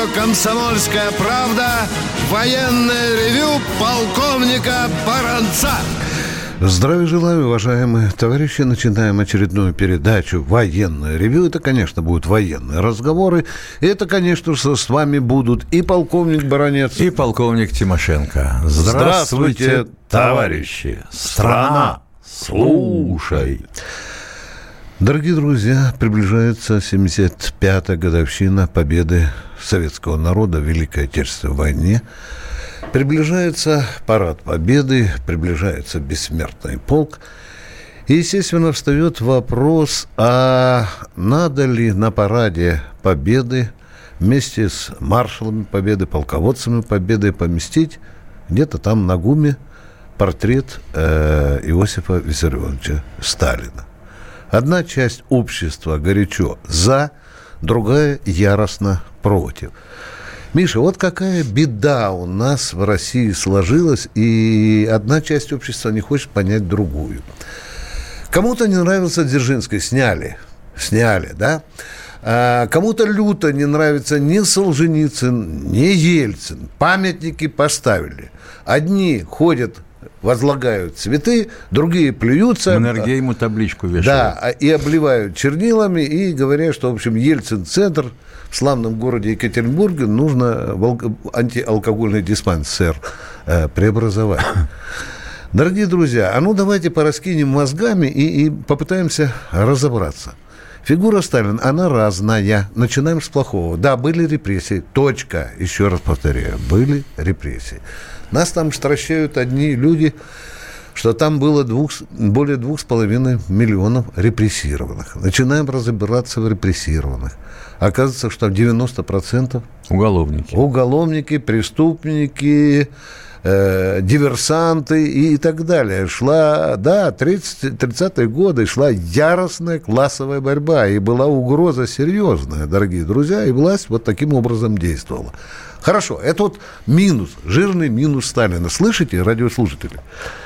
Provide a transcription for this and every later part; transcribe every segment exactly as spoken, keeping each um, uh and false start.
«Комсомольская правда». Военное ревю полковника Баранца. Здравия желаю, уважаемые товарищи. Начинаем очередную передачу «Военное ревю». Это, конечно, будут военные разговоры. И это, конечно же, с вами будут и полковник Баранец, и полковник Тимошенко. Здравствуйте, Здравствуйте, товарищи! Страна, слушай! Дорогие друзья, приближается семьдесят пятая годовщина победы советского народа в Великой Отечественной войне. Приближается парад Победы, приближается бессмертный полк. И, естественно, встает вопрос, а надо ли на параде Победы вместе с маршалами Победы, полководцами Победы поместить где-то там на ГУМе портрет э, Иосифа Виссарионовича Сталина. Одна часть общества горячо за, другая яростно против. Миша, вот какая беда у нас в России сложилась, и одна часть общества не хочет понять другую. Кому-то не нравился Дзержинский, сняли, сняли, да? А кому-то люто не нравится ни Солженицын, ни Ельцин. Памятники поставили. Одни ходят, возлагают цветы, другие плюются. Маннергейму табличку вешают. Да, и обливают чернилами, и говорят, что, в общем, Ельцин-центр в славном городе Екатеринбурге нужно антиалкогольный диспансер э, преобразовать. Дорогие друзья, а ну давайте пораскинем мозгами и, и попытаемся разобраться. Фигура Сталина, она разная. Начинаем с плохого. Да, были репрессии. Точка. Еще раз повторяю. Были репрессии. Нас там стращают одни люди, что там было двух, более двух с половиной миллионов репрессированных. Начинаем разбираться в репрессированных. Оказывается, что девяносто процентов уголовники. Уголовники, преступники, э, диверсанты и, и так далее. Шла, да, тридцатые годы шла яростная классовая борьба, и была угроза серьезная, дорогие друзья, и власть вот таким образом действовала. Хорошо, это вот минус, жирный минус Сталина. Слышите, радиослушатели?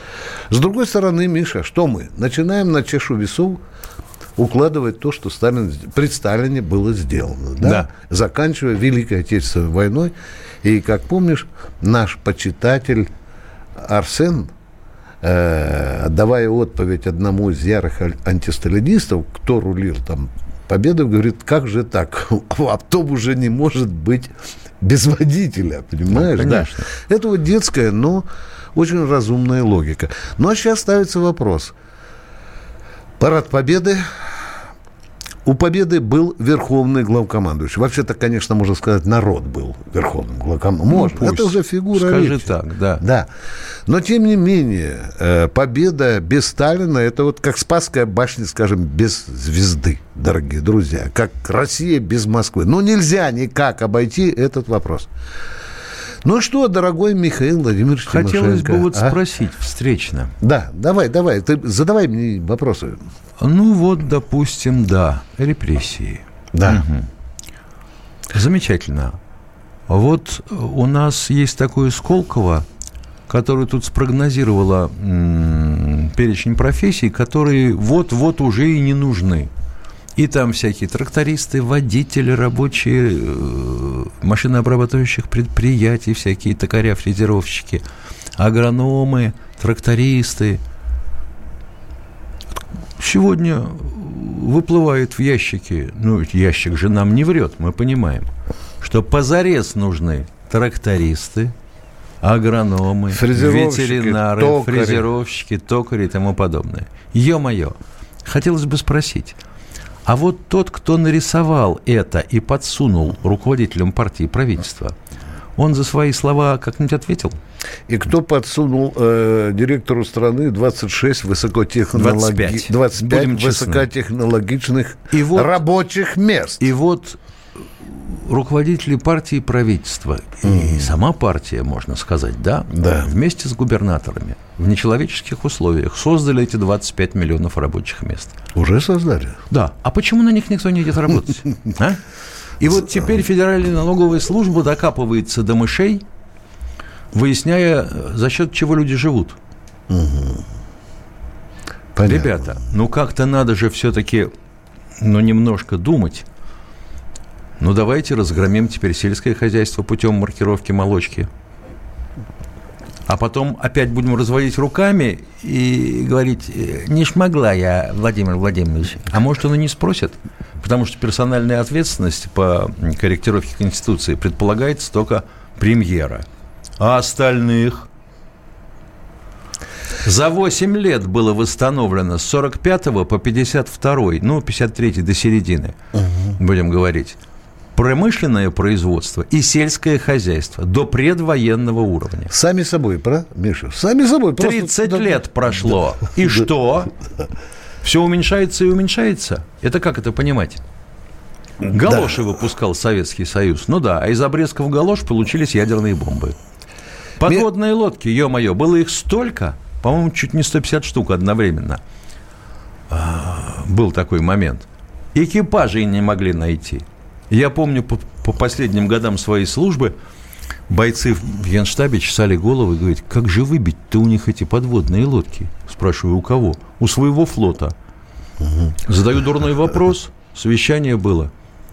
С другой стороны, Миша, что мы? Начинаем на чашу весов укладывать то, что Сталин, при Сталине было сделано, да? Да. Заканчивая Великой Отечественной войной. И, как помнишь, наш почитатель Арсен, э, отдавая отповедь одному из ярых антисталинистов, кто рулил там победой, говорит, как же так? Автобус же не может быть без водителя, понимаешь? Ну, да. Это вот детская, но очень разумная логика. Ну, а сейчас ставится вопрос. Парад Победы. У Победы был верховный главкомандующий. Вообще-то, конечно, можно сказать, народ был верховным главкомандующим. Можно. Ну, это уже фигура Скажи речи. так, да. Да. Но, тем не менее, победа без Сталина, это вот как Спасская башня, скажем, без звезды, дорогие друзья. Как Россия без Москвы. Ну, нельзя никак обойти этот вопрос. Ну что, дорогой Михаил Владимирович Тимошенко. Хотелось бы вот а? спросить встречно. Да, давай, давай, ты задавай мне вопросы. Ну вот, допустим, да, репрессии. Да. Угу. Замечательно. Вот у нас есть такое Сколково, которое тут спрогнозировало м- перечень профессий, которые вот-вот уже и не нужны. И там всякие трактористы, водители, рабочие э, машинообрабатывающих предприятий, всякие токаря, фрезеровщики, агрономы, трактористы. Сегодня выплывает в ящике, ну, ящик же нам не врет, мы понимаем, что позарез нужны трактористы, агрономы, ветеринары, токари. фрезеровщики, токари и тому подобное. Ё-моё, хотелось бы спросить, а вот тот, кто нарисовал это и подсунул руководителям партии и правительства, он за свои слова как-нибудь ответил? И кто подсунул э, директору страны двадцать шесть высокотехнологичных двадцать пять высокотехнологичных и вот, рабочих мест? И вот руководители партии и правительства, mm. и сама партия, можно сказать, да, да, вместе с губернаторами в нечеловеческих условиях создали эти двадцать пять миллионов рабочих мест. Уже создали? Да. А почему на них никто не идет работать? А? И вот теперь Федеральная налоговая служба докапывается до мышей, выясняя, за счет чего люди живут. Угу. Ребята, ну как-то надо же все-таки, ну, немножко думать. Ну, давайте разгромим теперь сельское хозяйство путем маркировки молочки. А потом опять будем разводить руками и говорить: не шмогла я, Владимир Владимирович. А может, он и не спросит, потому что персональная ответственность по корректировке Конституции предполагается только премьера. А остальных? За восемь лет было восстановлено с сорок пятого по пятьдесят второй, ну, пятьдесят третий до середины, угу. будем говорить, промышленное производство и сельское хозяйство до предвоенного уровня. Сами собой, правда, Миша? Сами собой. тридцать просто... лет прошло. Да. И что? Все уменьшается и уменьшается? Это как это понимать? Галоши да. выпускал Советский Союз. Ну да, а из обрезков галош получились ядерные бомбы. Подводные Ми... лодки, ё-моё, было их столько, по-моему, чуть не сто пятьдесят штук одновременно. А, был такой момент. Экипажей не могли найти. Я помню, по, по последним годам своей службы бойцы в Генштабе чесали головы и говорят: как же выбить-то у них эти подводные лодки? Спрашиваю, у кого? У своего флота. Угу. Задаю дурной вопрос. Совещание было.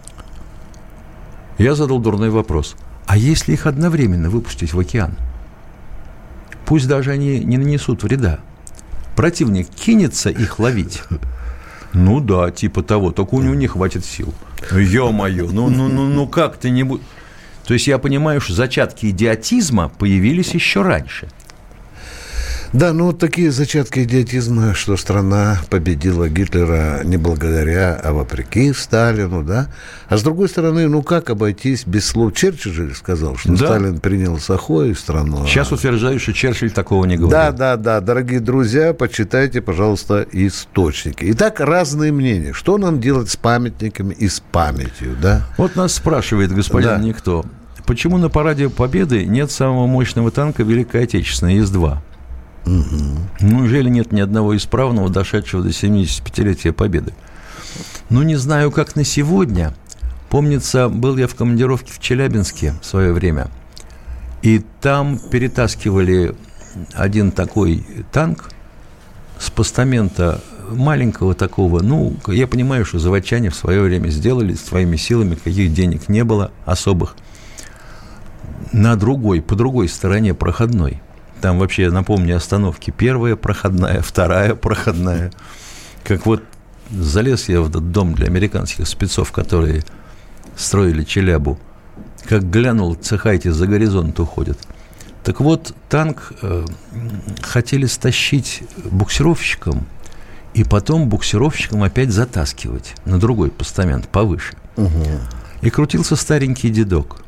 Я задал дурной вопрос. А если их одновременно выпустить в океан? Пусть даже они не нанесут вреда. Противник кинется их ловить. Ну да, типа того. Только у него не хватит сил. Ё-моё, ну, ну, ну, ну как ты не будешь... То есть я понимаю, что зачатки идиотизма появились еще раньше. Да, ну вот такие зачатки идиотизма, что страна победила Гитлера не благодаря, а вопреки Сталину, да. А с другой стороны, ну как обойтись без слов? Черчилль же сказал, что да. Сталин принял Сахой страну. Сейчас утверждаю, что Черчилль такого не говорил. Да, да, да, дорогие друзья, почитайте, пожалуйста, источники. Итак, разные мнения. Что нам делать с памятниками и с памятью, да? Вот нас спрашивает господин да. Никто, почему на параде Победы нет самого мощного танка Великой Отечественной ИС-два? Угу. Неужели нет ни одного исправного, дошедшего до семидесятипятилетия Победы? Ну, не знаю, как на сегодня. Помнится, был я в командировке в Челябинске в свое время, и там перетаскивали один такой танк с постамента маленького такого. Ну, я понимаю, что заводчане в свое время сделали своими силами, каких денег не было особых, на другой, по другой стороне проходной. Там вообще, напомню, остановки. Первая проходная, вторая проходная. Как вот залез я в этот дом для американских спецов, которые строили Челябу. Как глянул, цехайте, за горизонт уходят. Так вот, танк э, хотели стащить буксировщиком, и потом буксировщиком опять затаскивать на другой постамент, повыше. Угу. И крутился старенький дедок.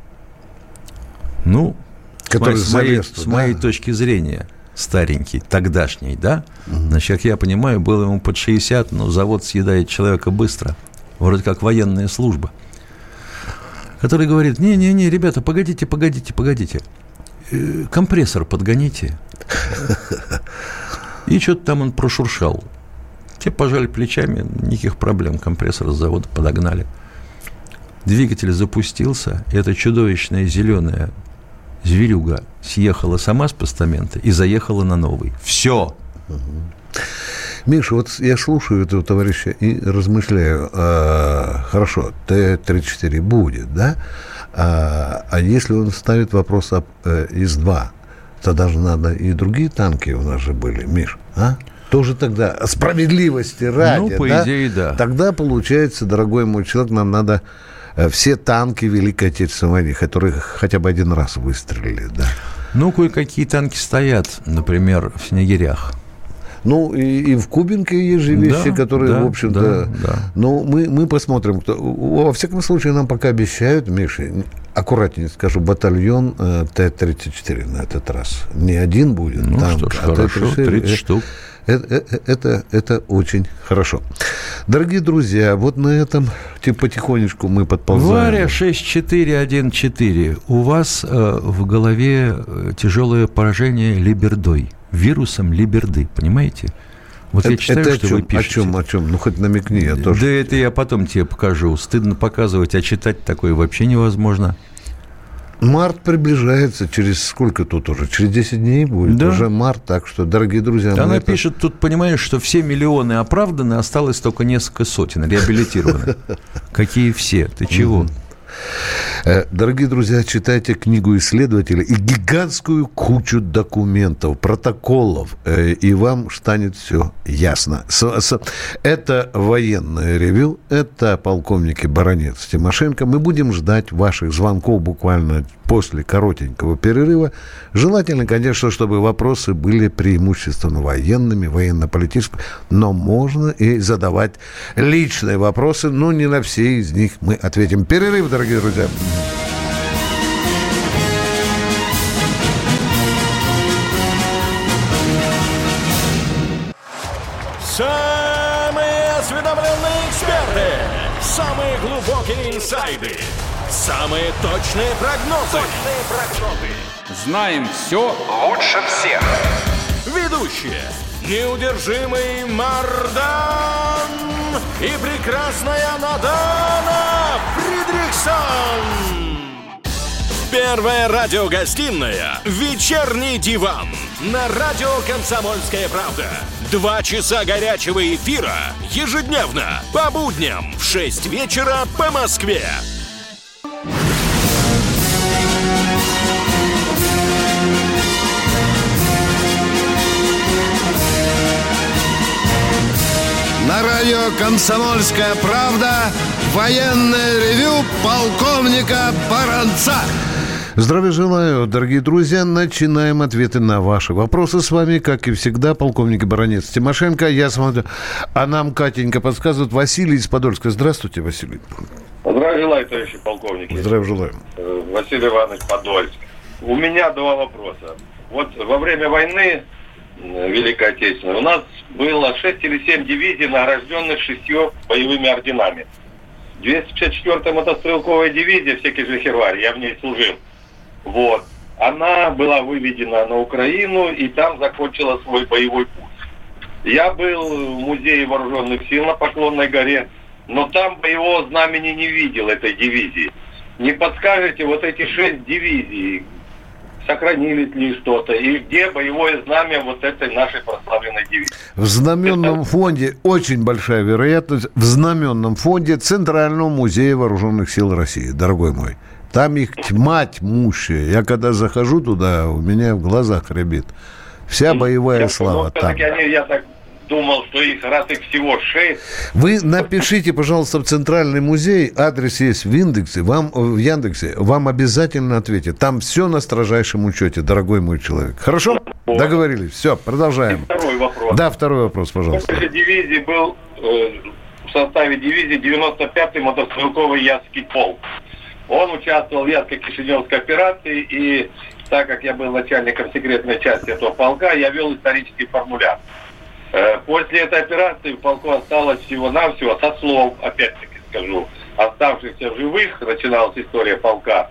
Ну... Который с моей, завесту, с моей да? точки зрения, старенький, тогдашний, да? Угу. Значит, как я понимаю, было ему под шестьдесят, но завод съедает человека быстро. Вроде как военная служба. Который говорит: не-не-не, ребята, погодите, погодите, погодите. Компрессор подгоните. И что-то там он прошуршал. Те пожали плечами, никаких проблем. Компрессор с завода подогнали. Двигатель запустился. Это чудовищная зеленая зверюга съехала сама с постамента и заехала на новый. Все. Угу. Миша, вот я слушаю этого товарища и размышляю. А, хорошо, Т тридцать четыре будет, да? А, а если он ставит вопрос об э, ИС-два, тогда же надо и другие танки у нас же были, Миш, а? Тоже тогда справедливости ради, ну, по да? идее, да. Тогда, получается, дорогой мой человек, нам надо все танки Великой Отечественной войны, которые хотя бы один раз выстрелили, да. Ну, кое-какие танки стоят, например, в Снегирях. Ну, и, и в Кубинке есть же вещи, да, которые, да, в общем-то... Да, да. Ну, мы, мы посмотрим. Кто... Во всяком случае, нам пока обещают, Миша, аккуратнее скажу, батальон э, Т тридцать четыре на этот раз. Не один будет ну, танк, что ж, а хорошо, тридцать штук. Это, это, это, это очень хорошо. Дорогие друзья, вот на этом типа, потихонечку мы подползаем. Варя шесть четыре один четыре. У вас э, в голове тяжелое поражение либердой. Вирусом либерды, понимаете? Вот это, я читаю, это что чем, вы пишете. О чем, о чем? Ну, хоть намекни, я тоже... Да это я потом тебе покажу. Стыдно показывать, а читать такое вообще невозможно. Март приближается. Через сколько тут уже? Через десять дней будет. Да. Уже март. Так что, дорогие друзья... Она это... пишет, тут, понимаешь, что все миллионы оправданы, осталось только несколько сотен реабилитированы. Какие все? Ты чего? Дорогие друзья, читайте книгу исследователя и гигантскую кучу документов, протоколов, и вам станет все ясно. Это военное ревю, это полковники Баранец, Тимошенко. Мы будем ждать ваших звонков буквально после коротенького перерыва. Желательно, конечно, чтобы вопросы были преимущественно военными, военно-политическими, но можно и задавать личные вопросы, но не на все из них мы ответим. Перерыв, дорогие друзья. Самые осведомленные эксперты, самые глубокие инсайды, самые точные прогнозы. Точные прогнозы. Знаем все лучше всех. Ведущие: неудержимый Мардан и прекрасная Надана Фридрихсон. Первая радиогостинная «Вечерний диван» на радио «Комсомольская правда». Два часа горячего эфира ежедневно по будням в шесть вечера по Москве. На радио «Комсомольская правда» военное ревю полковника Баранца. Здравия желаю, дорогие друзья. Начинаем ответы на ваши вопросы. С вами, как и всегда, полковник Баранец, Тимошенко. Я смотрю, а нам Катенька подсказывает. Василий из Подольска. Здравствуйте, Василий. Здравия желаю, товарищи полковники. Здравия желаю. Василий Иванович, Подольск. У меня два вопроса. Вот во время войны Великой Отечественной у нас было шесть или семь дивизий, награжденных шестью боевыми орденами. двести пятьдесят четвёртая мотострелковая дивизия, всякий же Херварь, я в ней служил. Вот. Она была выведена на Украину и там закончила свой боевой путь. Я был в музее вооруженных сил на Поклонной горе, но там боевого знамени не видел этой дивизии. Не подскажете, вот эти шесть дивизий, сохранились ли что-то, и где боевое знамя вот этой нашей прославленной дивизии? В знаменном Это... фонде, очень большая вероятность, в знаменном фонде Центрального музея вооруженных сил России, дорогой мой. Там их тьма тьмущая. Я когда захожу туда, у меня в глазах рябит. Вся боевая я, слава ну, там. Они, я так думал, что их раз их всего шесть. Вы напишите, пожалуйста, в Центральный музей, адрес есть в индексе, вам, в Яндексе, вам обязательно ответят. Там все на строжайшем учете, дорогой мой человек. Хорошо? Вот. Договорились. Все, продолжаем. И второй вопрос. Да, второй вопрос, пожалуйста. В дивизии был, э, в составе дивизии девяносто пятый мотострелковый Ясский полк. Он участвовал в Яско-Кишиневской операции, и так как я был начальником секретной части этого полка, я вел исторический формуляр. После этой операции в полку осталось всего-навсего, со слов, опять-таки скажу, оставшихся в живых, начиналась история полка,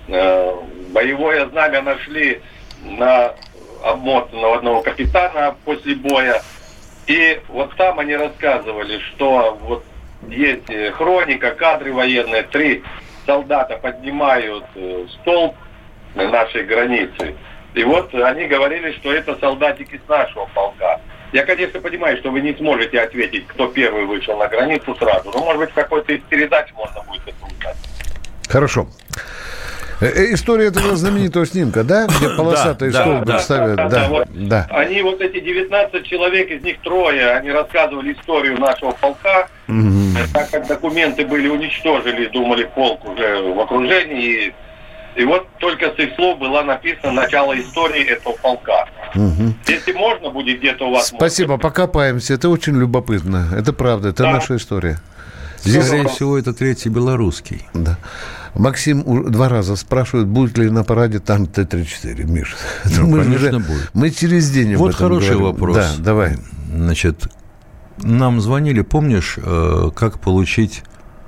боевое знамя нашли на обмотанного одного капитана после боя. И вот там они рассказывали, что вот есть хроника, кадры военные, три солдата поднимают столб нашей границы. И вот они говорили, что это солдатики с нашего полка. Я, конечно, понимаю, что вы не сможете ответить, кто первый вышел на границу сразу. Но, может быть, в какой-то из передач можно будет это узнать. Хорошо. История этого знаменитого снимка, да? Где полосатые да, столбы да, ставят. Да, да, да, вот да. Они, вот эти девятнадцать человек, из них трое, они рассказывали историю нашего полка. Угу. Так как документы были уничтожены, думали, полк уже в окружении. И, и вот только с их слов была написана начало истории этого полка. Угу. Если можно будет где-то у вас... Спасибо, может... покопаемся. Это очень любопытно. Это правда, это да. наша история. Здесь, скорее всего, это третий белорусский. Да. Максим два раза спрашивает, будет ли на параде танк Т тридцать четыре. Миша, ну, мы конечно, уже, будет. Мы через день об вот этом хороший говорим. вопрос. Да, давай. Значит, нам звонили, помнишь, как получить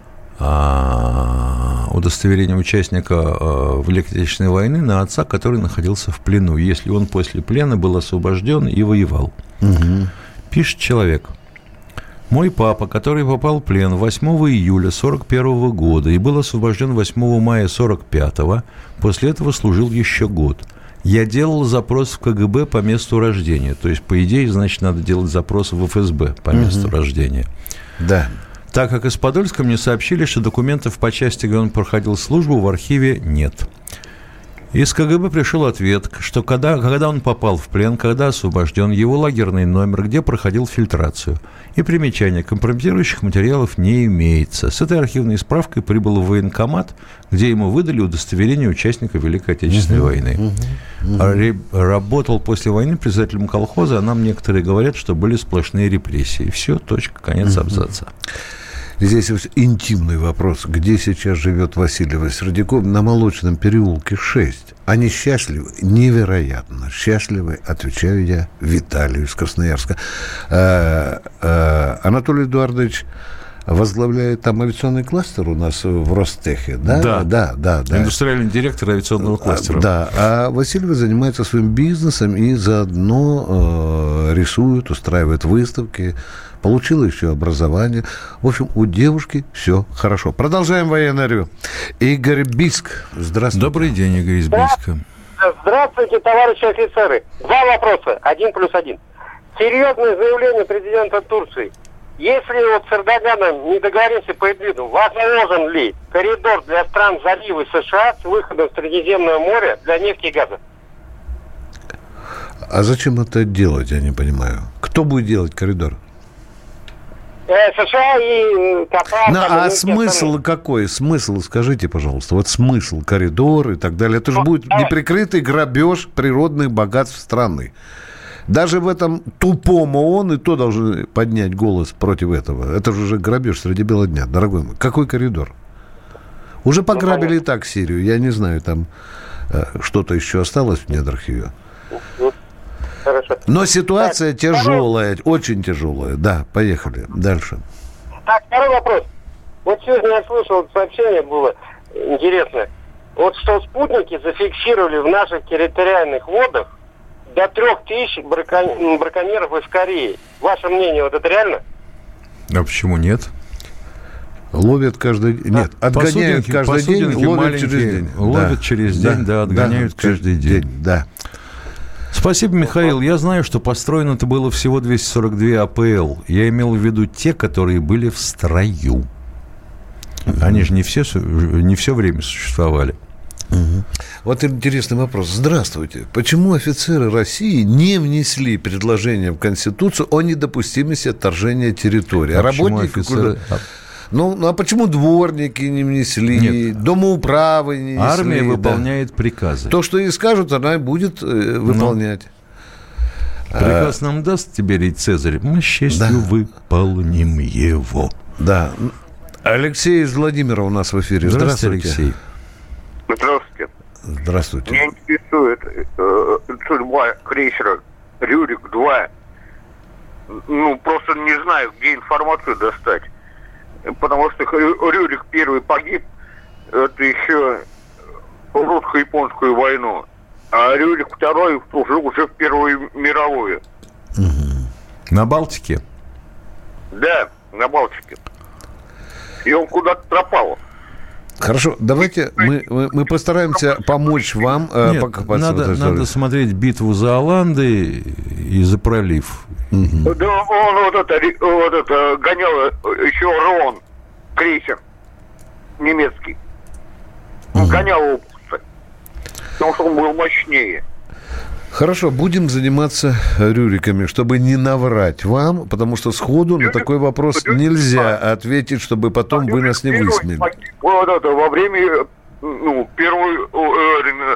удостоверение участника Великой Отечественной войны на отца, который находился в плену, если он после плена был освобожден и воевал. Угу. Пишет человек. Мой папа, который попал в плен восьмого июля сорок первого года и был освобожден восьмого мая сорок пятого, после этого служил еще год. Я делал запрос в Ка Гэ Бэ по месту рождения. То есть, по идее, значит, надо делать запрос в Эф Эс Бэ по месту угу. рождения. Да. так как из Подольска мне сообщили, что документов по части, где он проходил службу, в архиве нет. Из КГБ пришел ответ, что когда, когда он попал в плен, когда освобожден, его лагерный номер, где проходил фильтрацию. И примечание: компрометирующих материалов не имеется. С этой архивной справкой прибыл в военкомат, где ему выдали удостоверение участника Великой Отечественной uh-huh, войны. Uh-huh, uh-huh. Работал после войны председателем колхоза, а нам некоторые говорят, что были сплошные репрессии. Все, точка, конец uh-huh. абзаца. Здесь интимный вопрос. Где сейчас живет Васильева Сердюкова? На Молочном переулке шесть. Они счастливы? Невероятно счастливы, отвечаю я Виталию из Красноярска. А, а, Анатолий Эдуардович возглавляет там авиационный кластер у нас в Ростехе, да? Да, да, да, да. Индустриальный директор авиационного кластера. Да, а Васильева занимается своим бизнесом и заодно э, рисует, устраивает выставки. Получила еще образование. В общем, у девушки все хорошо. Продолжаем военное ревю. Игорь Бийск. Здравствуйте. Добрый день, Игорь из Бийска. Здравствуйте, товарищи офицеры. Два вопроса. Один плюс один. Серьезное заявление президента Турции. Если вот с Эрдоганом не договоримся по Идлибу, возможен ли коридор для стран залива США с выходом в Средиземное море для нефти и газа? А зачем это делать, я не понимаю. Кто будет делать коридор? США и Катар. Ну, а смысл страны. Какой? Смысл, скажите, пожалуйста. Вот смысл, коридор и так далее. Это же будет неприкрытый грабеж природных богатств страны. Даже в этом тупом ООН и то должны поднять голос против этого. Это же уже грабеж среди бела дня, дорогой мой. Какой коридор? Уже пограбили и так Сирию. Я не знаю, там э, что-то еще осталось в недрах ее. Хорошо. Но ситуация так, тяжелая, второй... очень тяжелая. Да, поехали дальше. Так, второй вопрос. Вот сегодня я слышал сообщение, было интересное. Вот что спутники зафиксировали в наших территориальных водах до трех тысяч бракон... браконьеров из Кореи. Ваше мнение, вот это реально? А почему нет? Ловят каждый день. Нет, отгоняют посудинки, каждый посудинки день, ловят через день. Ловят да. через день, да, да отгоняют да, каждый день. день. Да. Спасибо, Михаил. Я знаю, что построено это было всего двести сорок два АПЛ. Я имел в виду те, которые были в строю. Они же не все, не все время существовали. Угу. Вот интересный вопрос. Здравствуйте. Почему офицеры России не внесли предложение в Конституцию о недопустимости отторжения территории? А, а работники офицеры... Ну, ну, а почему дворники не внесли, Нет. домоуправы не внесли? Армия да. выполняет приказы. То, что ей скажут, она будет э, выполнять. Ну, приказ а... нам даст Тиберий Цезарь, мы с честью да. выполним его. Да. Алексей из Владимира у нас в эфире. Здравствуйте, Здравствуйте. Алексей. Здравствуйте. Здравствуйте. Меня интересует э, судьба крейсера «Рюрик-два». Ну, просто не знаю, где информацию достать. Потому что Рюрик первый погиб, это еще в русско-японскую войну, а Рюрик второй служил уже в Первую мировую. Угу. На Балтике? Да, на Балтике. И он куда-то пропал. Хорошо, давайте мы, мы, мы постараемся помочь вам. Нет, надо, надо смотреть битву за Оланды и за пролив. Угу. Да, он вот это, вот это гонял еще Рон, крейсер немецкий. Он угу. гонял его, потому что он был мощнее. Хорошо, будем заниматься рюриками, чтобы не наврать вам, потому что сходу Рюрик, на такой вопрос Рюрик, нельзя а, ответить, чтобы потом а, вы нас не высмеяли. Вот это, во время ну, первой э,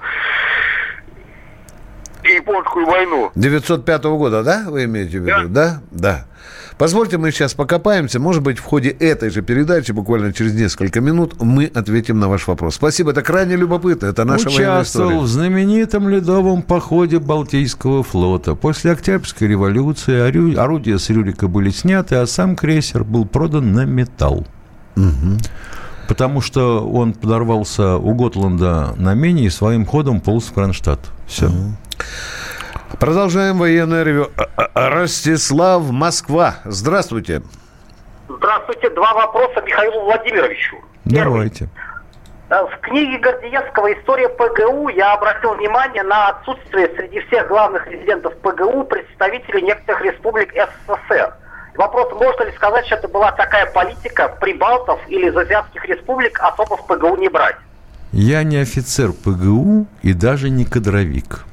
э, японскую войну. девятьсот пятого года, да, вы имеете в виду? Да, да. да. Позвольте, мы сейчас покопаемся. Может быть, в ходе этой же передачи, буквально через несколько минут, мы ответим на ваш вопрос. Спасибо, это крайне любопытно. Это наша военная история. Участвовал в знаменитом ледовом походе Балтийского флота. После Октябрьской революции орудия с Рюрика были сняты, а сам крейсер был продан на металл. Угу. Потому что он подорвался у Готланда на Мене и своим ходом полз в Кронштадт. Все. Угу. Продолжаем военное ревю. Ростислав, Москва. Здравствуйте. Здравствуйте. Два вопроса Михаилу Владимировичу. Давайте. Первый. В книге Гордеевского «История ПГУ» я обратил внимание на отсутствие среди всех главных резидентов ПГУ представителей некоторых республик СССР. Вопрос, можно ли сказать, что это была такая политика прибалтов или из азиатских республик особо в ПГУ не брать? Я не офицер ПГУ и даже не кадровик.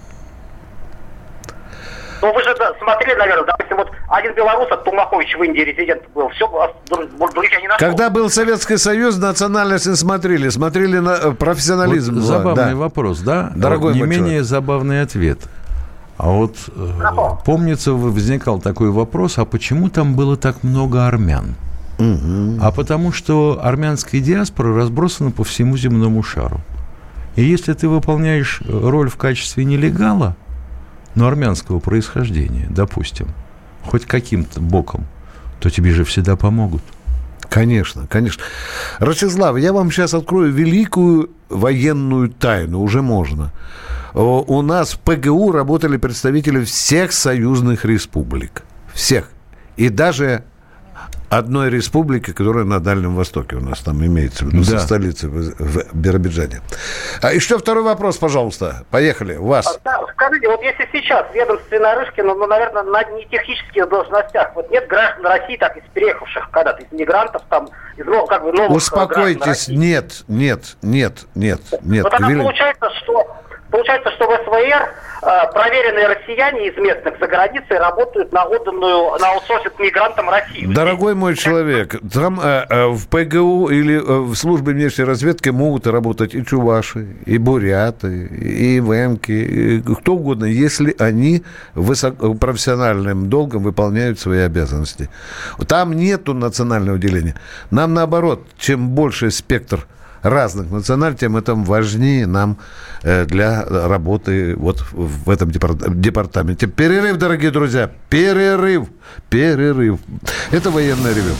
Ну, вы же да, смотрели, наверное, допустим, вот один белорус от Тумахович в Индии резидент был. Все, других не нашел. Когда был Советский Союз, национальность не смотрели. Смотрели на профессионализм. Вот забавный да. вопрос, да? Дорогой не мой менее человек. забавный ответ. А вот э, помнится, возникал такой вопрос, а почему там было так много армян? Угу. А потому что армянская диаспора разбросана по всему земному шару. И если ты выполняешь роль в качестве нелегала, но армянского происхождения, допустим, хоть каким-то боком, то тебе же всегда помогут. Конечно, конечно. Ростислав, я вам сейчас открою великую военную тайну, уже можно. У нас в ПГУ работали представители всех союзных республик. Всех. И даже одной республики, которая на Дальнем Востоке у нас там имеется в виду, да. со столицей в Биробиджане. А еще второй вопрос, пожалуйста. Поехали, у вас. Да, скажите, вот если сейчас в ведомстве Нарышкина, ну, наверное, на нетехнических должностях, вот нет граждан России, так, из переехавших когда-то, из мигрантов, там, из ну, как бы новых Успокойтесь, нет, нет, нет, нет, нет. Но тогда Вели... получается, что... Получается, что в СВР э, проверенные россияне из местных за границей работают на отданную, на аутсорсинг мигрантам Россию. Дорогой мой человек, там э, э, в ПГУ или э, в службе внешней разведки могут работать и чуваши, и буряты, и венки, и кто угодно, если они высоко, профессиональным долгом выполняют свои обязанности. Там нету национального деления. Нам наоборот, чем больше спектр разных национальностей, тем это важнее нам э, для работы вот в этом департаменте. Перерыв, дорогие друзья, перерыв, перерыв. Это военное ревю.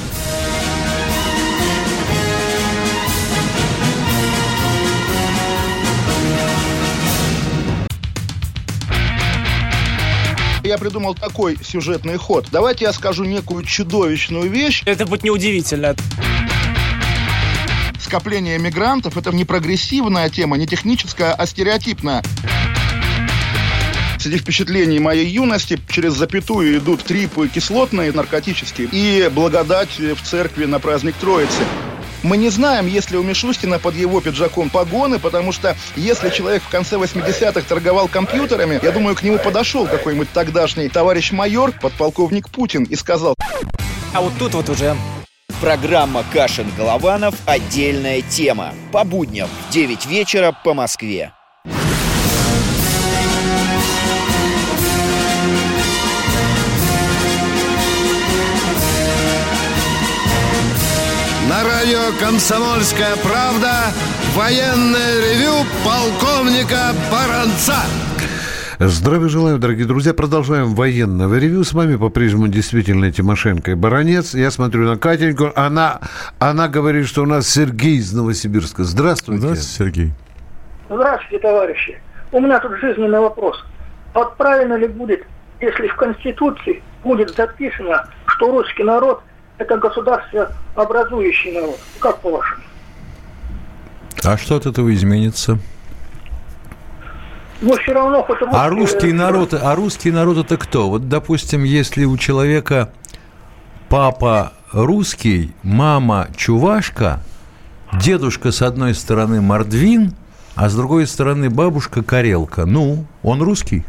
Я придумал такой сюжетный ход. Давайте я скажу некую чудовищную вещь. Это будет неудивительно. Скопление мигрантов – это не прогрессивная тема, не техническая, а стереотипная. Среди впечатлений моей юности через запятую идут трипы кислотные, наркотические, и благодать в церкви на праздник Троицы. Мы не знаем, есть ли у Мишустина под его пиджаком погоны, потому что если человек в конце восьмидесятых торговал компьютерами, я думаю, к нему подошел какой-нибудь тогдашний товарищ майор, подполковник Путин, и сказал: а вот тут вот уже... Программа «Кашин-Голованов. Отдельная тема». По будням в девять вечера по Москве. На радио «Комсомольская правда» военное ревю полковника Баранца. Здравия желаю, дорогие друзья. Продолжаем военное ревью. С вами по-прежнему действительно Тимошенко и Баранец. Я смотрю на Катеньку. Она, она говорит, что у нас Сергей из Новосибирска. Здравствуйте. Здравствуйте, Сергей. Здравствуйте, товарищи. У меня тут жизненный вопрос. Вот правильно ли будет, если в Конституции будет записано, что русский народ – это государствообразующий народ? Как по-вашему? А что от этого изменится? Но все равно хоть русский... А русский народ, а русский народ это кто? Вот, допустим, если у человека папа русский, мама чувашка, дедушка с одной стороны мордвин, а с другой стороны бабушка карелка. Ну, он русский?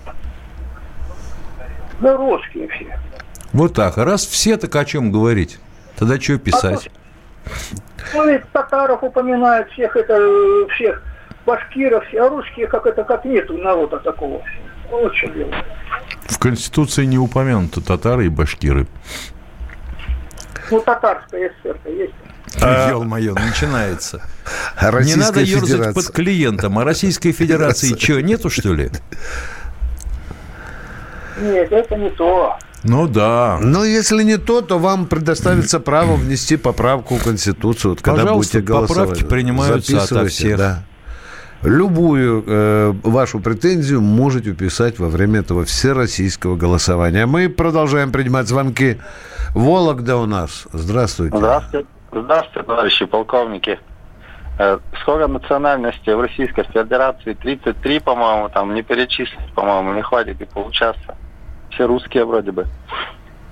Да русские все. Вот так. А раз все, так о чем говорить? Тогда что писать? Ну, ведь татаров упоминают, всех это, всех... башкиров, а русские как это как нету народа такого. Вот что дело. В Конституции не упомянуты татары и башкиры. Ну, татарская ССР-то есть. Ё-моё, начинается. Российская Не надо ерзать Федерация. под клиентом. А Российской Федерации что, нету, что ли? Нет, это не то. Ну да. Но если не то, то вам предоставится право внести поправку в Конституцию, вот, когда Пожалуйста, будете голосовать. поправки принимаются ото Записывайте, всех. Да. Любую э, вашу претензию можете писать во время этого всероссийского голосования. Мы продолжаем принимать звонки. Вологда у нас. Здравствуйте. Здравствуйте, Здравствуйте, товарищи полковники. Э, сколько национальностей в Российской Федерации? тридцать три, по-моему, там не перечислить, по-моему, не хватит и получаса. Все русские вроде бы.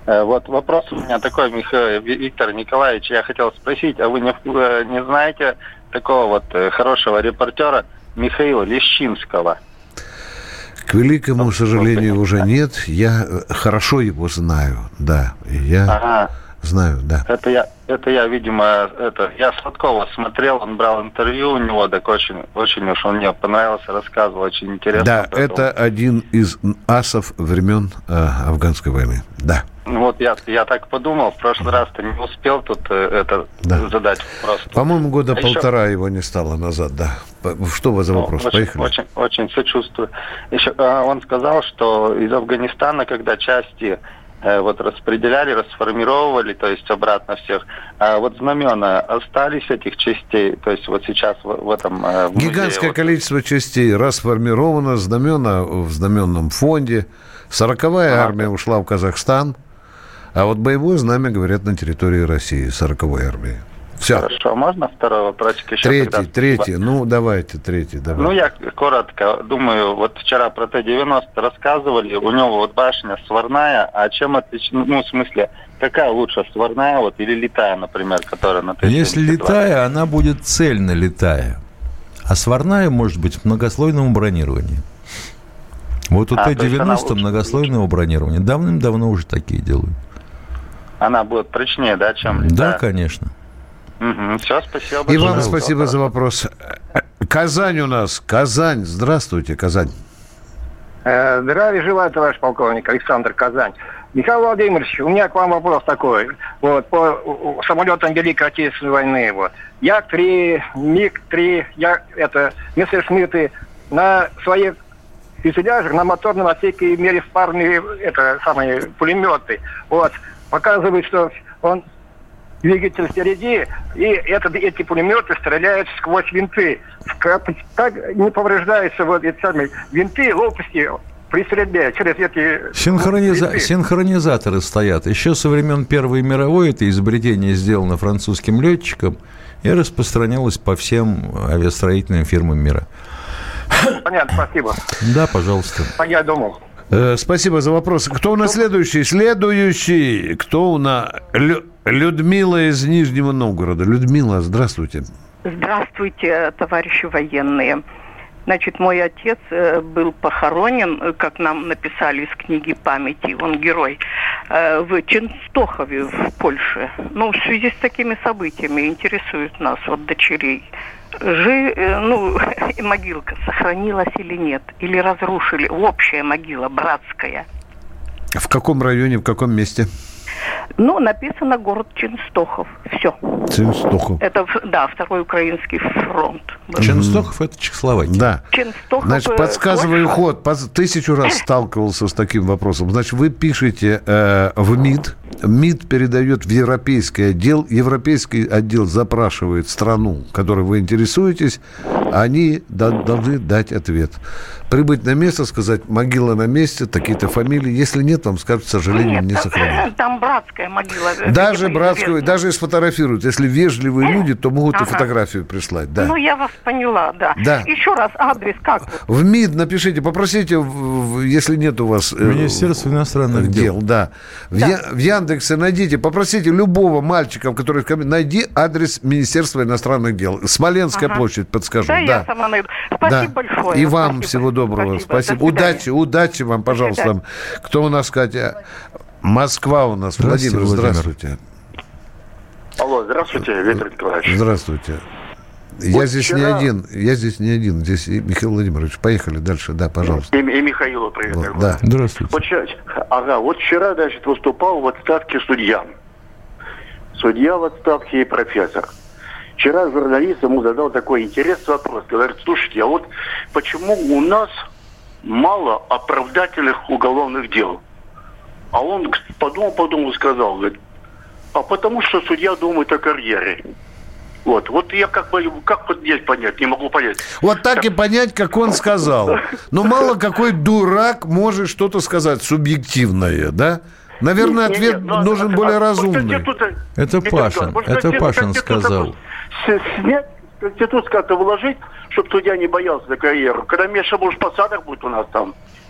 Вот вопрос у меня такой, Михаил, Виктор Николаевич, я хотел спросить, а вы не, не знаете такого вот хорошего репортера Михаила Лещинского? К великому сожалению, уже нет. Я хорошо его знаю, да. Я ага. знаю, да. Это я, это я, видимо, это я Сладкова смотрел, он брал интервью у него, так очень, очень уж он мне понравился, рассказывал, очень интересно. Да, это один из асов времен э, афганской войны, да. Вот я, я так подумал, в прошлый раз-то не успел тут э, это да. задать вопрос. По-моему, года а полтора еще... его не стало назад, да. Что у вас за вопрос? Ну, Поехали. Очень, очень, очень сочувствую. Еще э, он сказал, что из Афганистана, когда части э, вот распределяли, расформировали, то есть обратно всех, а вот знамена остались этих частей, то есть вот сейчас в, в этом... Э, в Гигантское музее, количество вот... частей расформировано, знамена в знаменном фонде. Сороковая а, армия да. ушла в Казахстан. А вот боевое знамя, говорят, на территории России, сороковой армии. Все. Хорошо, можно второй вопросик еще? Третий, тогда? третий. Ну, давайте, третий. Давай. Ну, я коротко думаю, вот вчера про Т девяносто рассказывали, у него вот башня сварная, а чем отлична, ну, в смысле, какая лучше, сварная вот или летая, например, которая на Т семьдесят два? Если летая, она будет цельно летая, а сварная может быть в многослойном бронировании. Вот у а, Т девяносто многослойного бронирования. Давным-давно уже такие делают. Она будет прочнее, да, чем летая? Да, конечно. Угу. Все, спасибо большое. И вам спасибо за вопрос. Казань у нас. Казань. Здравствуйте, Казань. Здравия желаю, товарищ полковник. Александр, Казань. Михаил Владимирович, у меня к вам вопрос такой. Вот, по самолетам Великой Отечественной войны. Вот. Як-три, Миг-три, я, это, Мессершмитты на своих фюзеляжах, на моторном отсеке имели парные, это, самые пулеметы. Вот. Показывает, что он двигатель впереди, и это, эти пулеметы стреляют сквозь винты. Как, как не повреждаются вот эти самые винты, лопасти при стрельбе через эти... Синхрониза... Синхронизаторы стоят. Еще со времен Первой мировой это изобретение сделано французским летчиком и распространялось по всем авиастроительным фирмам мира. Понятно, спасибо. Да, пожалуйста. Я думал. Спасибо за вопрос. Кто у нас следующий? Следующий. Кто у нас? Лю... Людмила из Нижнего Новгорода. Людмила, здравствуйте. Здравствуйте, товарищи военные. Значит, мой отец был похоронен, как нам написали из книги памяти, он герой, в Ченстохове в Польше. Ну, в связи с такими событиями интересует нас, вот дочерей. Жи, ну, могилка сохранилась или нет? Или разрушили? Общая могила, братская. В каком районе, в каком месте? Ну, написано город Ченстохов. Все. Ченстохов. Это, да, Второй Украинский фронт. Ченстохов – это Чехословакия. Да. Ченстохов, Значит, подсказываю Польша. ход. По, тысячу раз сталкивался с таким вопросом. Значит, вы пишете э, в МИД. МИД передает в европейский отдел. Европейский отдел запрашивает страну, которой вы интересуетесь. Они да, должны дать ответ. Прибыть на место, сказать, могила на месте, такие-то фамилии. Если нет, вам скажут, к сожалению, нет, не сохранили. Там братская могила. Даже братскую, даже и сфотографируют. Если вежливые люди, то могут ага. и фотографию прислать. Да. Ну, я вас поняла, да. да. Еще раз, адрес как? В МИД напишите, попросите, если нет у вас... Министерство иностранных дел. дел да. В, да. Я, в Яндексе найдите, попросите любого мальчика, который в комментариях, найди адрес Министерства иностранных дел. Смоленская ага. площадь, подскажу. Да, да, я сама найду. Спасибо да. большое. И вам спасибо. всего доброго. Спасибо. Спасибо. Удачи, удачи вам, пожалуйста. Кто у нас, Катя? Москва у нас. Здравствуйте, Владимир, Владимир. здравствуйте. Алло, здравствуйте, Виктор Николаевич. Здравствуйте. Я вот здесь вчера... не один, я здесь не один, здесь и Михаил Владимирович. Поехали дальше, да, пожалуйста. И, и Михаилу привет. Вот, да. Здравствуйте. Вот, ага, вот вчера, значит, выступал в отставке судья. Судья в отставке и профессор. Вчера журналист ему задал такой интересный вопрос. Говорит, слушайте, а вот почему у нас мало оправдательных уголовных дел? А он подумал, подумал, сказал, говорит, а потому что судья думает о карьере. Вот, вот я как бы, как вот здесь понять, не могу понять. Вот так и понять, как он сказал. Но мало какой дурак может что-то сказать субъективное, да? Наверное, нет, ответ нет, нет, нужен а, более а, разумный. Это Пашин, это Пашин сказал. Снять Конституцию как-то вложить, чтобы судья не боялся за карьеру. Когда меньше, может, посадок будет у нас там.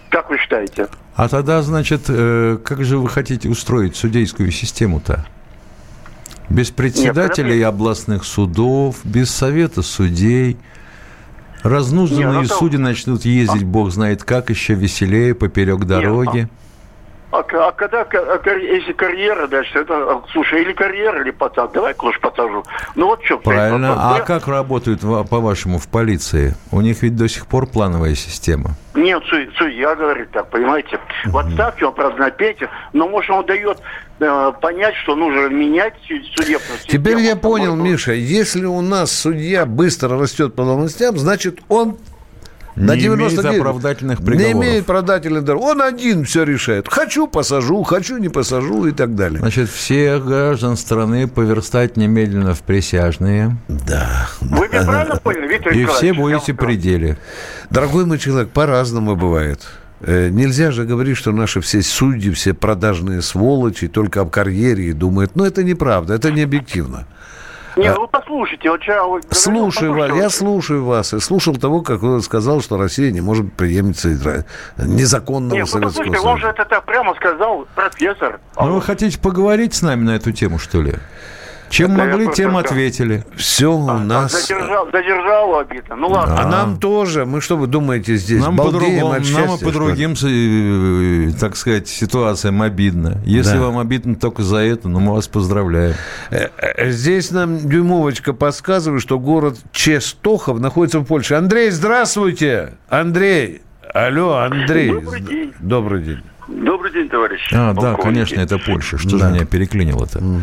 Как вы считаете? А тогда, значит, э, как же вы хотите устроить судейскую систему-то? Без председателей Нет, областных судов, без совета судей. Разнузданные Нет, ну, судьи там... начнут ездить, а? бог знает как, еще веселее, поперек дороги. Нет, а... А, а когда, а, если карьера дальше, это, слушай, или карьера, или посад, давай-ка лучше посажу. Ну вот что. Правильно. А я... как работают, по-вашему, в полиции? У них ведь до сих пор плановая система. Нет, судья говорит так, понимаете. В отставке он, правда, на пенсии, но, может, он дает э, понять, что нужно менять судебную систему. Теперь я понял, Миша, если у нас судья быстро растет по должностям, значит, он... На не имеет оправдательных приговоров. Не имеет оправдательных приговоров. Он один все решает. Хочу – посажу, хочу – не посажу и так далее. Значит, всех граждан страны поверстать немедленно в присяжные. Да. Вы меня правильно поняли, Виктор Николаевич? И все будете при деле. Дорогой мой человек, по-разному бывает. Нельзя же говорить, что наши все судьи, все продажные сволочи, только об карьере думают. Но это неправда, это не объективно. Не, вы послушайте. Вот вчера вы слушаю вас, я слушаю вас. И слушал того, как он сказал, что Россия не может преемниться незаконного Нет, Советского Союза. Нет, он же это так прямо сказал, профессор. Ну, вы хотите поговорить с нами на эту тему, что ли? Чем это могли, тем просто... ответили. Все у а, нас... Задержал, задержало обидно. Ну ладно. Да. А нам тоже. Мы что вы думаете здесь? Нам по-другому, нам и по другим, так сказать, ситуациям обидно. Если да. вам обидно только за это, ну мы вас поздравляем. Здесь нам Дюймовочка подсказывает, что город Честохов находится в Польше. Андрей, здравствуйте! Андрей! Алло, Андрей. Добрый день. Добрый день. Добрый день, товарищ. А, да, конечно, это Польша. Что да. же меня переклинило-то? Угу.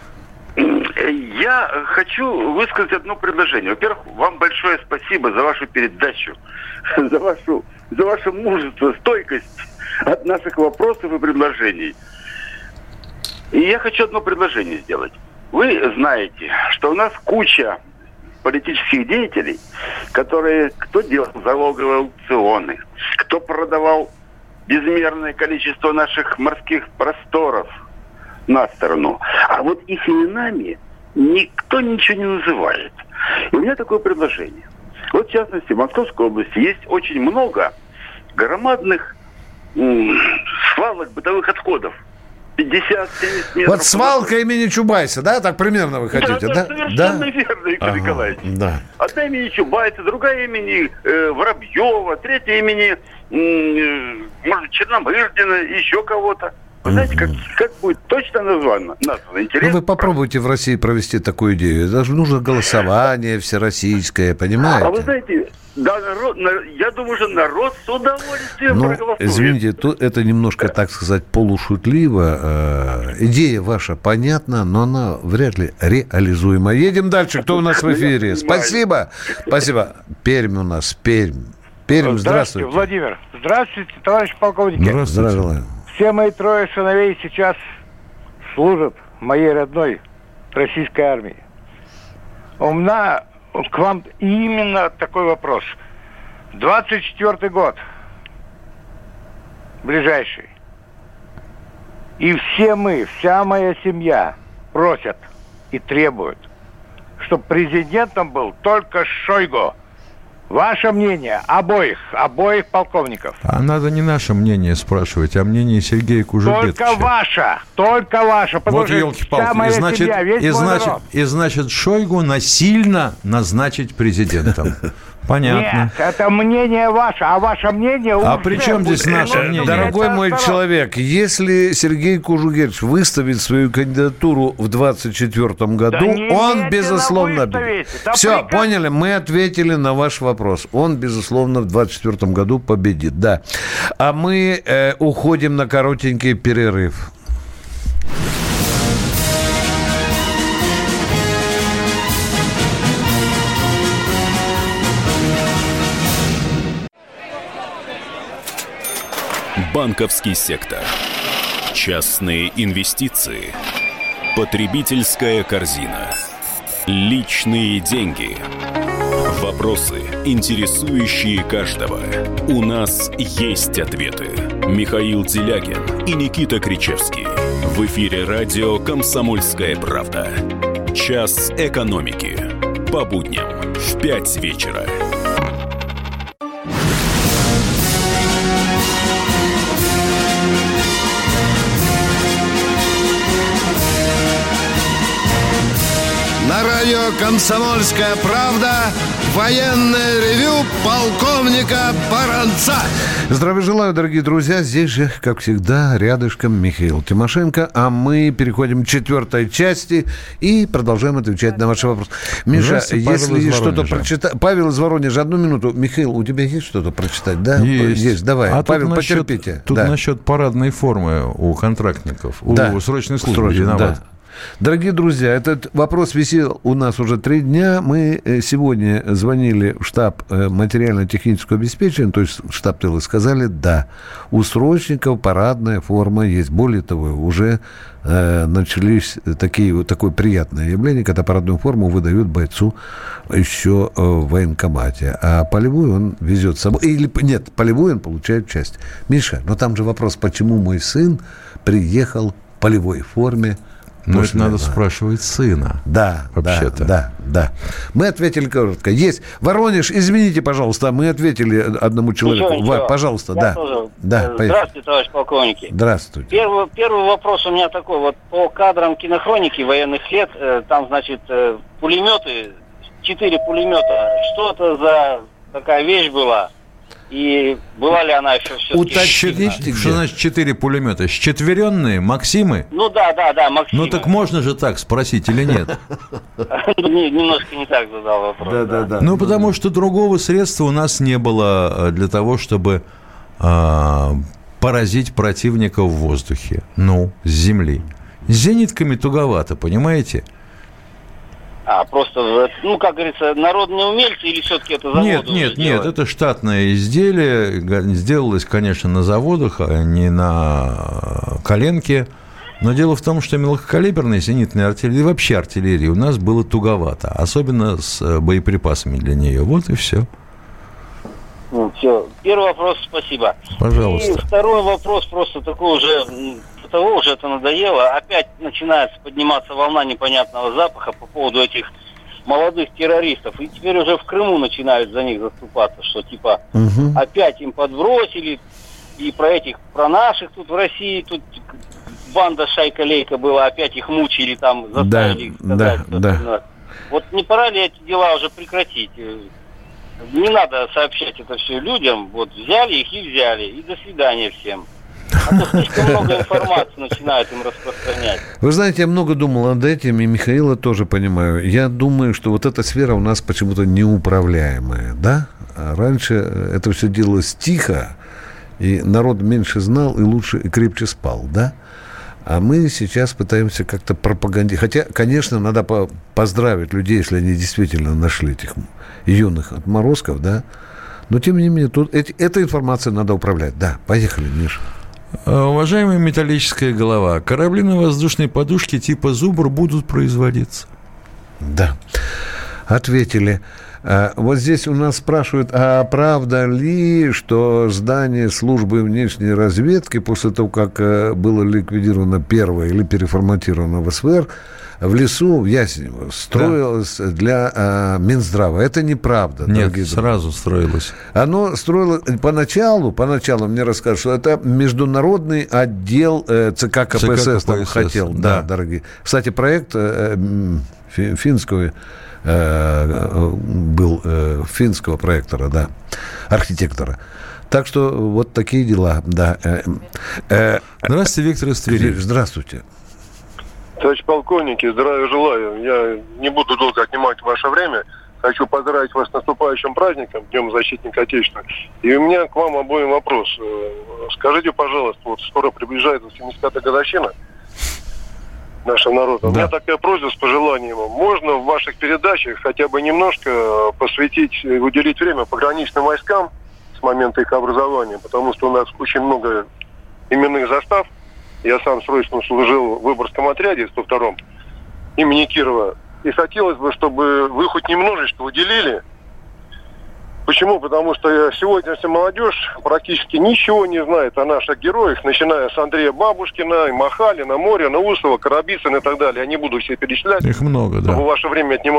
Я хочу высказать одно предложение. Во-первых, вам большое спасибо за вашу передачу, за вашу, за ваше мужество, стойкость от наших вопросов и предложений. И я хочу одно предложение сделать. Вы знаете, что у нас куча политических деятелей, которые кто делал залоговые аукционы, кто продавал безмерное количество наших морских просторов на сторону. А вот их именами никто ничего не называет. И у меня такое предложение. Вот, в частности, в Московской области есть очень много громадных м- свалок бытовых отходов. пятьдесят-семьдесят метров. Вот свалка имени Чубайса, да? Так примерно вы хотите, да? Да, совершенно да? верно, Виктор ага, Николаевич. Да. Одна имени Чубайса, другая имени э, Воробьева, третья имени, э, может, Черномырдина, еще кого-то. Вы знаете, как, как будет точно названо? названо? Интересно? Ну, вы попробуйте в России провести такую идею. Даже нужно голосование всероссийское, понимаете? А вы знаете, да, народ, я думаю, что народ с удовольствием ну, проголосует. Извините, то, это немножко, так сказать, полушутливо. Э, идея ваша понятна, но она вряд ли реализуема. Едем дальше. Кто у нас в эфире? Спасибо. Спасибо. Пермь у нас. Пермь. Пермь, здравствуйте. Здравствуйте, Владимир. Здравствуйте, товарищ полковник. Здравствуйте. Здравствуйте. Все мои трое сыновей сейчас служат в моей родной российской армии. У меня к вам именно такой вопрос. двадцать четвёртый год, ближайший. И все мы, вся моя семья просят и требуют, чтобы президентом был только Шойгу. Ваше мнение обоих, обоих полковников. А надо не наше мнение спрашивать, а мнение Сергея Кужугетовича. Только ваше, только ваше. Вот елки-палки. И значит, семья, и, значит, и значит, Шойгу насильно назначить президентом. Понятно. Нет, это мнение ваше, а ваше мнение... А при чем здесь наше мнение? Дорогой мой человек, если Сергей Кужугетович выставит свою кандидатуру в двадцать четвёртом году, да он, безусловно... Да все, приказ... поняли, мы ответили на ваш вопрос. Он, безусловно, в двадцать четвёртом году победит, да. А мы э, уходим на коротенький перерыв. Банковский сектор. Частные инвестиции. Потребительская корзина. Личные деньги. Вопросы, интересующие каждого. У нас есть ответы. Михаил Делягин и Никита Кричевский. В эфире радио «Комсомольская правда». Час экономики. По будням в пять вечера. «Комсомольская правда». Военное ревю полковника Баранца. Здравия желаю, дорогие друзья. Здесь же, как всегда, рядышком Михаил Тимошенко. А мы переходим к четвертой части и продолжаем отвечать на ваши вопросы. Миша, если что-то прочитать... Павел из Воронежа, одну минуту. Михаил, у тебя есть что-то прочитать? Да? Есть. Есть, давай. А Павел, тут насчет, потерпите. Тут да. насчет парадной формы у контрактников, да. у срочной службы. Срочно, виноват. Да. Дорогие друзья, этот вопрос висел у нас уже три дня. Мы сегодня звонили в штаб материально-технического обеспечения, то есть штаб тыла, сказали, да, у срочников парадная форма есть. Более того, уже э, начались такие, вот такое приятное явление, когда парадную форму выдают бойцу еще э, в военкомате, а полевую он везет с собой. Или нет, полевую он получает часть. Миша, но там же вопрос, почему мой сын приехал в полевой форме. Но это надо спрашивать сына. Да, вообще-то. Да, да, да. Мы ответили коротко. Есть. Воронеж, извините, пожалуйста, мы ответили одному человеку. Ничего, ничего. Ва, пожалуйста, Я да. Тоже. да Здравствуйте, товарищ полковники. Здравствуйте. Первый, первый вопрос у меня такой. Вот по кадрам кинохроники военных лет, э, там, значит, э, пулеметы, четыре пулемета. Что это за такая вещь была? И была ли она еще все-таки... Уточните, что значит четыре пулемета? Счетверенные? Максимы? Ну да, да, да, Максимы. Ну так можно же так спросить или нет? Немножко не так задал вопрос. Да, да, да. Ну потому что другого средства у нас не было для того, чтобы поразить противника в воздухе. Ну, с земли. С зенитками туговато, понимаете? А, просто, ну, как говорится, народные умельцы или все-таки это заводы? Нет, нет, нет, это штатное изделие. Сделалось, конечно, на заводах, а не на коленке. Но дело в том, что мелкокалиберной зенитной артиллерии, и вообще артиллерии у нас было туговато. Особенно с боеприпасами для нее. Вот и все. Ну, все. Первый вопрос, спасибо. Пожалуйста. И второй вопрос, просто такой уже... того уже это надоело. Опять начинается подниматься волна непонятного запаха по поводу этих молодых террористов. И теперь уже в Крыму начинают за них заступаться, что типа угу. опять им подбросили. И про этих, про наших тут в России, тут банда шайка-лейка была, опять их мучили там, заставили их сказать. Да, да. Вот не пора ли эти дела уже прекратить? Не надо сообщать это все людям. Вот взяли их и взяли. И до свидания всем. А то слишком много информации начинают им распространять. Вы знаете, я много думал над этим, и Михаила тоже понимаю. Я думаю, что вот эта сфера у нас почему-то неуправляемая, да? А раньше это все делалось тихо, и народ меньше знал, и лучше, и крепче спал, да? А мы сейчас пытаемся как-то пропагандировать. Хотя, конечно, надо по- поздравить людей, если они действительно нашли этих юных отморозков, да? Но, тем не менее, тут эти, этой информацией надо управлять. Да, поехали, Миша. Уважаемая металлическая голова, корабли-воздушные подушки типа «Зубр» будут производиться? Да, ответили. Вот здесь у нас спрашивают, а правда ли, что здание службы внешней разведки после того, как было ликвидировано первое или переформатировано в СВР, в лесу, в Ясенево, строилось да. для а, Минздрава. Это неправда. Нет, сразу строилось. Оно строилось поначалу, поначалу мне рассказывают, что это международный отдел э, ЦК КПСС там хотел. Да. да, дорогие. Кстати, проект э, финского э, был э, финского проектора, да, архитектора. Так что вот такие дела, да. Здравствуйте, Виктор из Твери. Здравствуйте. Товарищ полковники, здравия желаю. Я не буду долго отнимать ваше время. Хочу поздравить вас с наступающим праздником, Днем Защитника Отечества. И у меня к вам обоим вопрос. Скажите, пожалуйста, вот скоро приближается семьдесят пятая годовщина нашего народа. Да. У меня такая просьба с пожеланием. Можно в ваших передачах хотя бы немножко посвятить, уделить время пограничным войскам с момента их образования, потому что у нас очень много именных застав. Я сам срочно служил в Выборгском отряде сто втором имени Кирова. И хотелось бы, чтобы вы хоть немножечко уделили. Почему? Потому что сегодняшняя молодежь практически ничего не знает о наших героях, начиная с Андрея Бабушкина, Махалина, Морина, Усова, Карабицына и так далее. Я не буду все перечислять. Их много, да. Чтобы ваше время отнимать.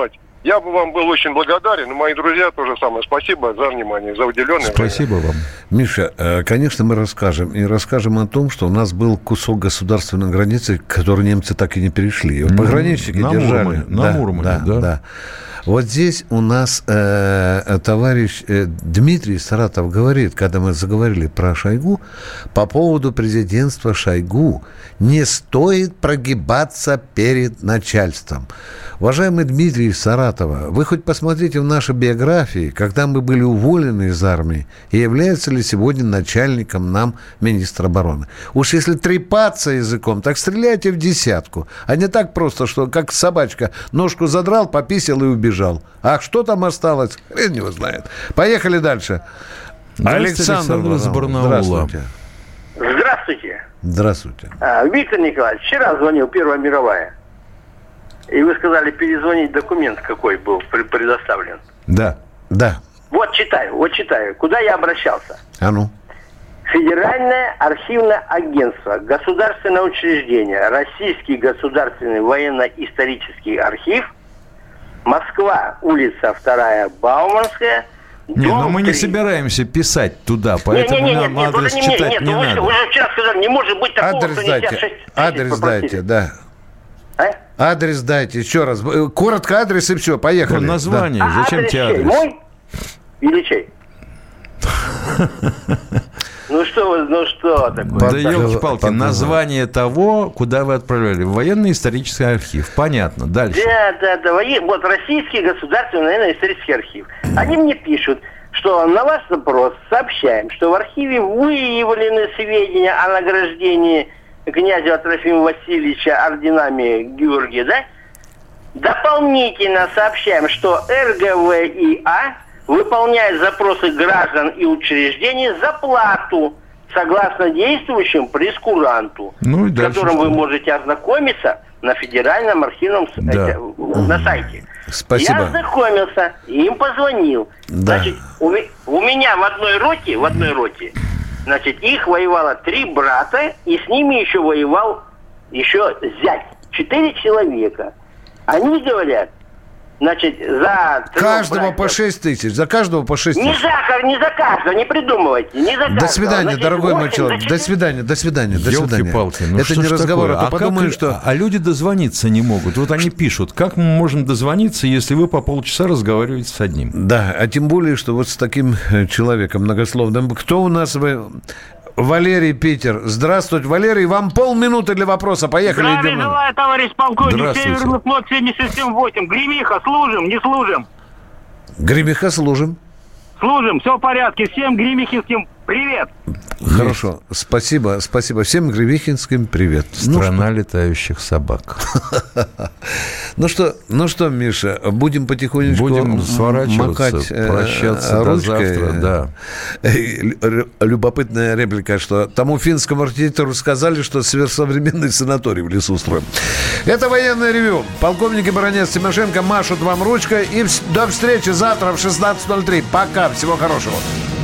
Я бы вам был очень благодарен, и мои друзья тоже самое. Спасибо за внимание, за уделенное Спасибо время. вам. Миша, конечно, мы расскажем. И расскажем о том, что у нас был кусок государственной границы, который немцы так и не перешли. Пограничники на держали. Мурмане, на да, Мурмане, да, да. да. Вот здесь у нас э, товарищ э, Дмитрий Саратов говорит, когда мы заговорили про Шойгу, по поводу президентства Шойгу, не стоит прогибаться перед начальством. Уважаемый Дмитрий Саратова, вы хоть посмотрите в наши биографии, когда мы были уволены из армии, и является ли сегодня начальником нам министр обороны. Уж если трепаться языком, так стреляйте в десятку, а не так просто, что как собачка ножку задрал, пописал и убежал. А что там осталось, хрен его знает. Поехали дальше. Александр, Александр из Барнаула. Здравствуйте. Здравствуйте. Здравствуйте. А, Виктор Николаевич, вчера звонил Первая мировая. И вы сказали перезвонить, документ какой был предоставлен. Да, да. Вот читаю, вот читаю. Куда я обращался? А ну. Федеральное архивное агентство, государственное учреждение, Российский государственный военно-исторический архив, Москва, улица вторая, Бауманская. Не, но мы не собираемся писать туда, поэтому не, не, не, нам нет, адрес нет, читать нет, не вы, надо. Вы же вчера сказали, не может быть такого, Адрес что нельзя дайте. шесть Адрес тысяч дайте, да. А? Адрес дайте, еще раз. Коротко адрес и все, поехали. Ну, название, Да. зачем адрес тебе чей? адрес? Мой или чей? Ну что вы, ну что такое? Да елки-палки, название того, куда вы отправляли. В военно-исторический архив. Понятно. Дальше. Да, да, да. Вот Российский государственный военно-исторический архив. Они мне пишут, что на ваш запрос сообщаем, что в архиве выявлены сведения о награждении князя Трофима Васильевича орденами Георгия, да? Дополнительно сообщаем, что эр гэ вэ и а выполняет запросы граждан и учреждений за плату, согласно действующему прескуранту, ну, с которым вы можете ознакомиться на Федеральном архивном да. э, на сайте. Спасибо. Я ознакомился и им позвонил. Да. Значит, у, у меня в одной роте, в одной роте, значит, их воевало три брата, и с ними еще воевал еще зять. Четыре человека. Они говорят, значит, за... Каждого по шесть тысяч. За каждого по шесть Не тысяч. за, не за каждого, не придумывайте. Не за До свидания, Значит, дорогой мой восемь, человек. значит, До свидания, до свидания, до свидания. Ёлки-палки, ну это что не ж разговор, такое? а то А подумают, как- что... А люди дозвониться не могут. Вот они пишут, как мы можем дозвониться, если вы по полчаса разговариваете с одним? Да, а тем более, что вот с таким э, человеком многословным. Кто у нас? Вы... Валерий, Питер. Здравствуйте, Валерий. Вам полминуты для вопроса. Поехали. Здравия идем. желаю, товарищ полковник. Здравствуйте. Северный флот семьдесят семь восемь. Гремиха, служим, не служим. Гремиха служим. Служим, все в порядке. Всем гремихинским привет. Хорошо, спасибо, спасибо. Всем гремихинским привет. Страна летающих собак. Ну что, ну что, Миша, будем потихонечку Будем сворачиваться, макать, э, прощаться до ручкой. завтра, да. Э, Любопытная реплика, что тому финскому архитектору сказали, что сверхсовременный санаторий в лесу строим. Это военное ревю. Полковник и баронец Тимошенко машут вам ручкой. И вс- до встречи завтра в шестнадцать ноль три. Пока, всего хорошего.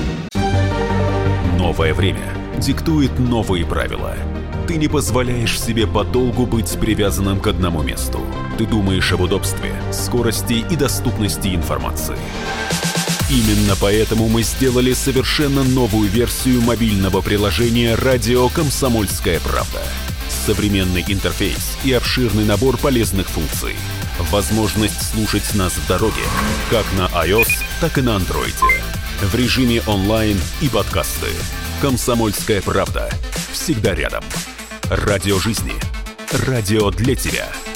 Новое время диктует новые правила. Ты не позволяешь себе подолгу быть привязанным к одному месту. Ты думаешь об удобстве, скорости и доступности информации. Именно поэтому мы сделали совершенно новую версию мобильного приложения «Радио Комсомольская правда». Современный интерфейс и обширный набор полезных функций. Возможность слушать нас в дороге, как на iOS, так и на Android. В режиме онлайн и подкасты. «Комсомольская правда». Всегда рядом. Радио жизни. Радио для тебя.